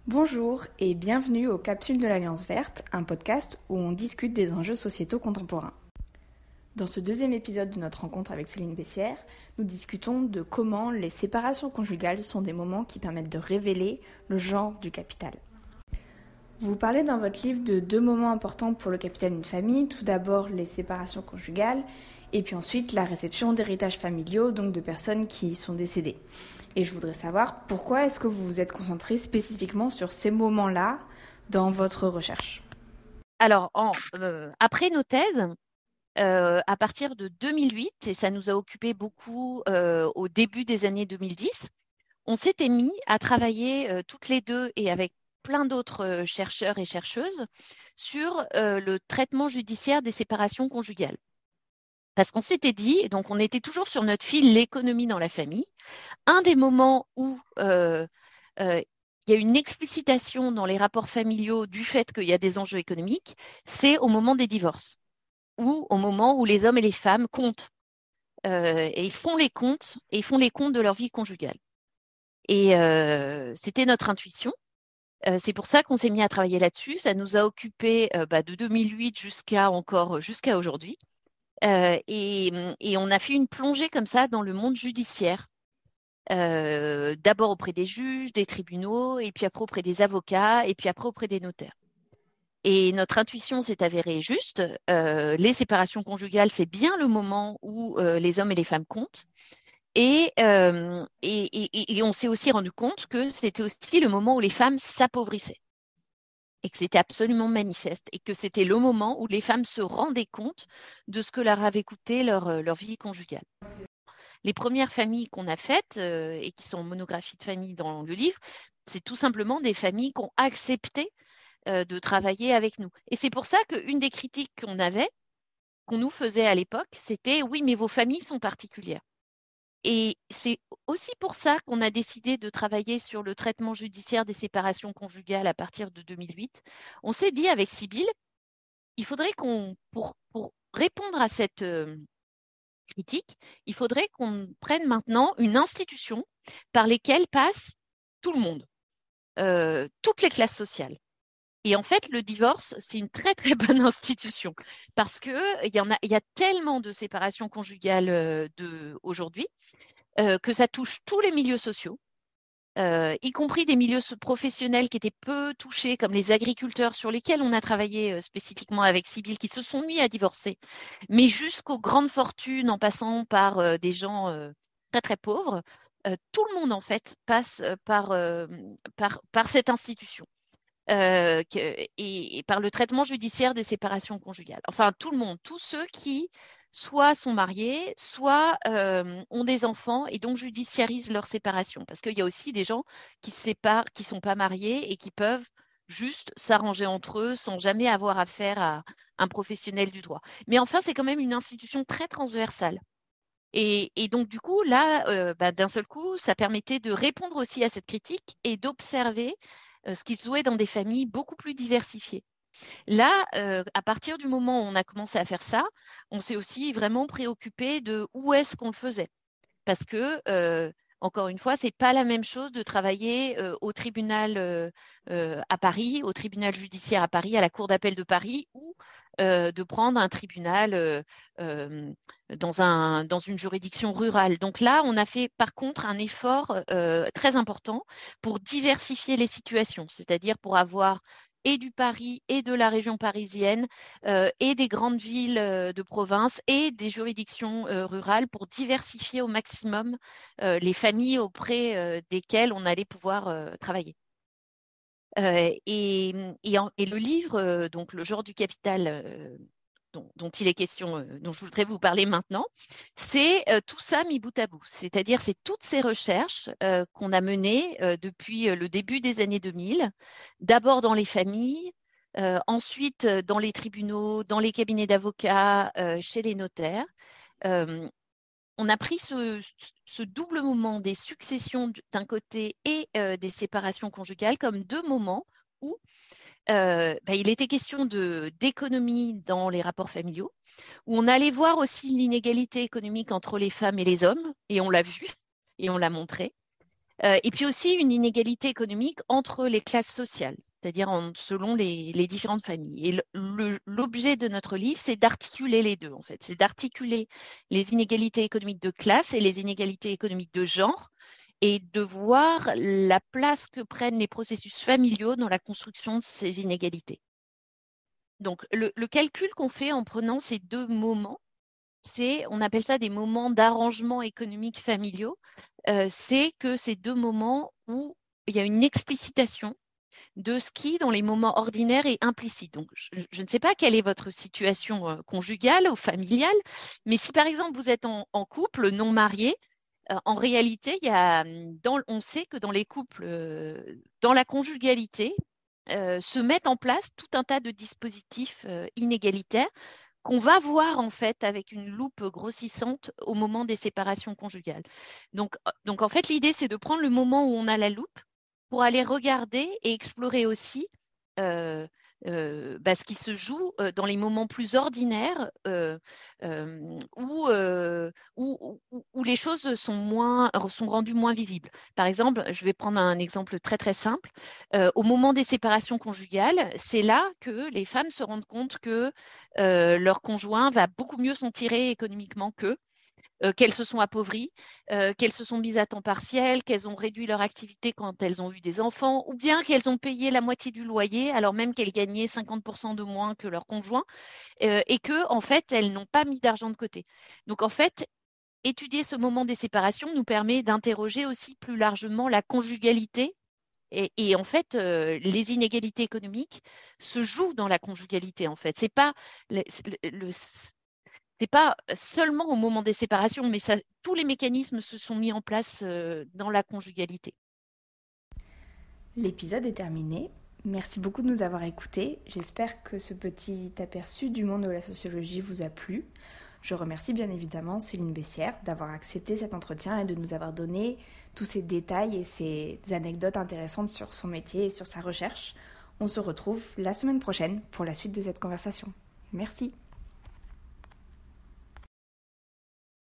Bonjour et bienvenue aux Capsules de l'Alliance Verte, un podcast où on discute des enjeux sociétaux contemporains. Dans ce deuxième épisode de notre rencontre avec Céline Bessières, nous discutons de comment les séparations conjugales sont des moments qui permettent de révéler le genre du capital. Vous parlez dans votre livre de deux moments importants pour le capital d'une famille. Tout d'abord, les séparations conjugales et puis ensuite la réception d'héritages familiaux, donc de personnes qui sont décédées. Et je voudrais savoir pourquoi est-ce que vous vous êtes concentré spécifiquement sur ces moments-là dans votre recherche. Alors, après nos thèses, à partir de 2008, et ça nous a occupé beaucoup au début des années 2010, on s'était mis à travailler toutes les deux et avec plein d'autres chercheurs et chercheuses sur le traitement judiciaire des séparations conjugales. Parce qu'on s'était dit, et donc on était toujours sur notre fil l'économie dans la famille, un des moments où il y a une explicitation dans les rapports familiaux du fait qu'il y a des enjeux économiques, c'est au moment des divorces ou au moment où les hommes et les femmes comptent et font les comptes de leur vie conjugale. Et c'était notre intuition. C'est pour ça qu'on s'est mis à travailler là-dessus. Ça nous a occupé de 2008 jusqu'à aujourd'hui. Et on a fait une plongée comme ça dans le monde judiciaire. D'abord auprès des juges, des tribunaux, et puis après auprès des avocats, et puis après auprès des notaires. Et notre intuition s'est avérée juste. Les séparations conjugales, c'est bien le moment où les hommes et les femmes comptent. Et on s'est aussi rendu compte que c'était aussi le moment où les femmes s'appauvrissaient et que c'était absolument manifeste et que c'était le moment où les femmes se rendaient compte de ce que leur avait coûté leur vie conjugale. Les premières familles qu'on a faites et qui sont en monographie de famille dans le livre, c'est tout simplement des familles qui ont accepté de travailler avec nous. Et c'est pour ça qu'une des critiques qu'on nous faisait à l'époque, c'était oui, mais vos familles sont particulières. Et c'est aussi pour ça qu'on a décidé de travailler sur le traitement judiciaire des séparations conjugales à partir de 2008. On s'est dit avec Sybille, il faudrait pour répondre à cette critique, il faudrait qu'on prenne maintenant une institution par lesquelles passe tout le monde, toutes les classes sociales. Et en fait, le divorce, c'est une très, très bonne institution parce il y a tellement de séparations conjugales aujourd'hui que ça touche tous les milieux sociaux, y compris des milieux professionnels qui étaient peu touchés, comme les agriculteurs sur lesquels on a travaillé spécifiquement avec Sybille, qui se sont mis à divorcer, mais jusqu'aux grandes fortunes en passant par des gens très, très pauvres. Tout le monde, en fait, passe par cette institution. Et par le traitement judiciaire des séparations conjugales. Enfin, tout le monde, tous ceux qui soit sont mariés, soit ont des enfants et donc judiciarisent leur séparation. Parce qu'il y a aussi des gens qui se séparent, qui ne sont pas mariés et qui peuvent juste s'arranger entre eux sans jamais avoir affaire à un professionnel du droit. Mais enfin, c'est quand même une institution très transversale. Et donc, du coup, là, d'un seul coup, ça permettait de répondre aussi à cette critique et d'observer ce qui se jouait dans des familles beaucoup plus diversifiées. Là, à partir du moment où on a commencé à faire ça, on s'est aussi vraiment préoccupé de où est-ce qu'on le faisait. Parce que, encore une fois, ce n'est pas la même chose de travailler au tribunal à Paris, au tribunal judiciaire à Paris, à la Cour d'appel de Paris, ou de prendre un tribunal dans une juridiction rurale. Donc là, on a fait par contre un effort très important pour diversifier les situations, c'est-à-dire pour avoir et du Paris et de la région parisienne et des grandes villes de province et des juridictions rurales pour diversifier au maximum les familles auprès desquelles on allait pouvoir travailler. Et le livre, donc Le genre du capital, dont il est question, dont je voudrais vous parler maintenant, c'est tout ça mis bout à bout. C'est-à-dire, c'est toutes ces recherches qu'on a menées depuis le début des années 2000, d'abord dans les familles, ensuite dans les tribunaux, dans les cabinets d'avocats, chez les notaires. On a pris ce double moment des successions d'un côté et des séparations conjugales comme deux moments où il était question d'économie dans les rapports familiaux, où on allait voir aussi l'inégalité économique entre les femmes et les hommes, et on l'a vu et on l'a montré. Et puis aussi une inégalité économique entre les classes sociales, c'est-à-dire selon les différentes familles. Et l'objet de notre livre, c'est d'articuler les deux, en fait. C'est d'articuler les inégalités économiques de classe et les inégalités économiques de genre, et de voir la place que prennent les processus familiaux dans la construction de ces inégalités. Donc, le calcul qu'on fait en prenant ces deux moments, on appelle ça des moments d'arrangement économique familiaux, c'est que ces deux moments où il y a une explicitation de ce qui, dans les moments ordinaires, est implicite. Donc, je ne sais pas quelle est votre situation conjugale ou familiale, mais si par exemple vous êtes en couple non marié, en réalité, on sait que dans les couples, dans la conjugalité, se mettent en place tout un tas de dispositifs inégalitaires qu'on va voir en fait avec une loupe grossissante au moment des séparations conjugales. Donc en fait, l'idée, c'est de prendre le moment où on a la loupe pour aller regarder et explorer aussi euh, ce qui se joue dans les moments plus ordinaires où les choses sont rendues moins visibles. Par exemple, je vais prendre un exemple très très simple. Au moment des séparations conjugales, c'est là que les femmes se rendent compte que leur conjoint va beaucoup mieux s'en tirer économiquement qu'eux, qu'elles se sont appauvries, qu'elles se sont mises à temps partiel, qu'elles ont réduit leur activité quand elles ont eu des enfants, ou bien qu'elles ont payé la moitié du loyer alors même qu'elles gagnaient 50% de moins que leur conjoint, et que en fait elles n'ont pas mis d'argent de côté. Donc en fait, étudier ce moment des séparations nous permet d'interroger aussi plus largement la conjugalité. Et en fait, les inégalités économiques se jouent dans la conjugalité. En fait, c'est pas seulement au moment des séparations, mais tous les mécanismes se sont mis en place dans la conjugalité. L'épisode est terminé. Merci beaucoup de nous avoir écoutés. J'espère que ce petit aperçu du monde de la sociologie vous a plu. Je remercie bien évidemment Céline Bessière d'avoir accepté cet entretien et de nous avoir donné tous ces détails et ces anecdotes intéressantes sur son métier et sur sa recherche. On se retrouve la semaine prochaine pour la suite de cette conversation. Merci.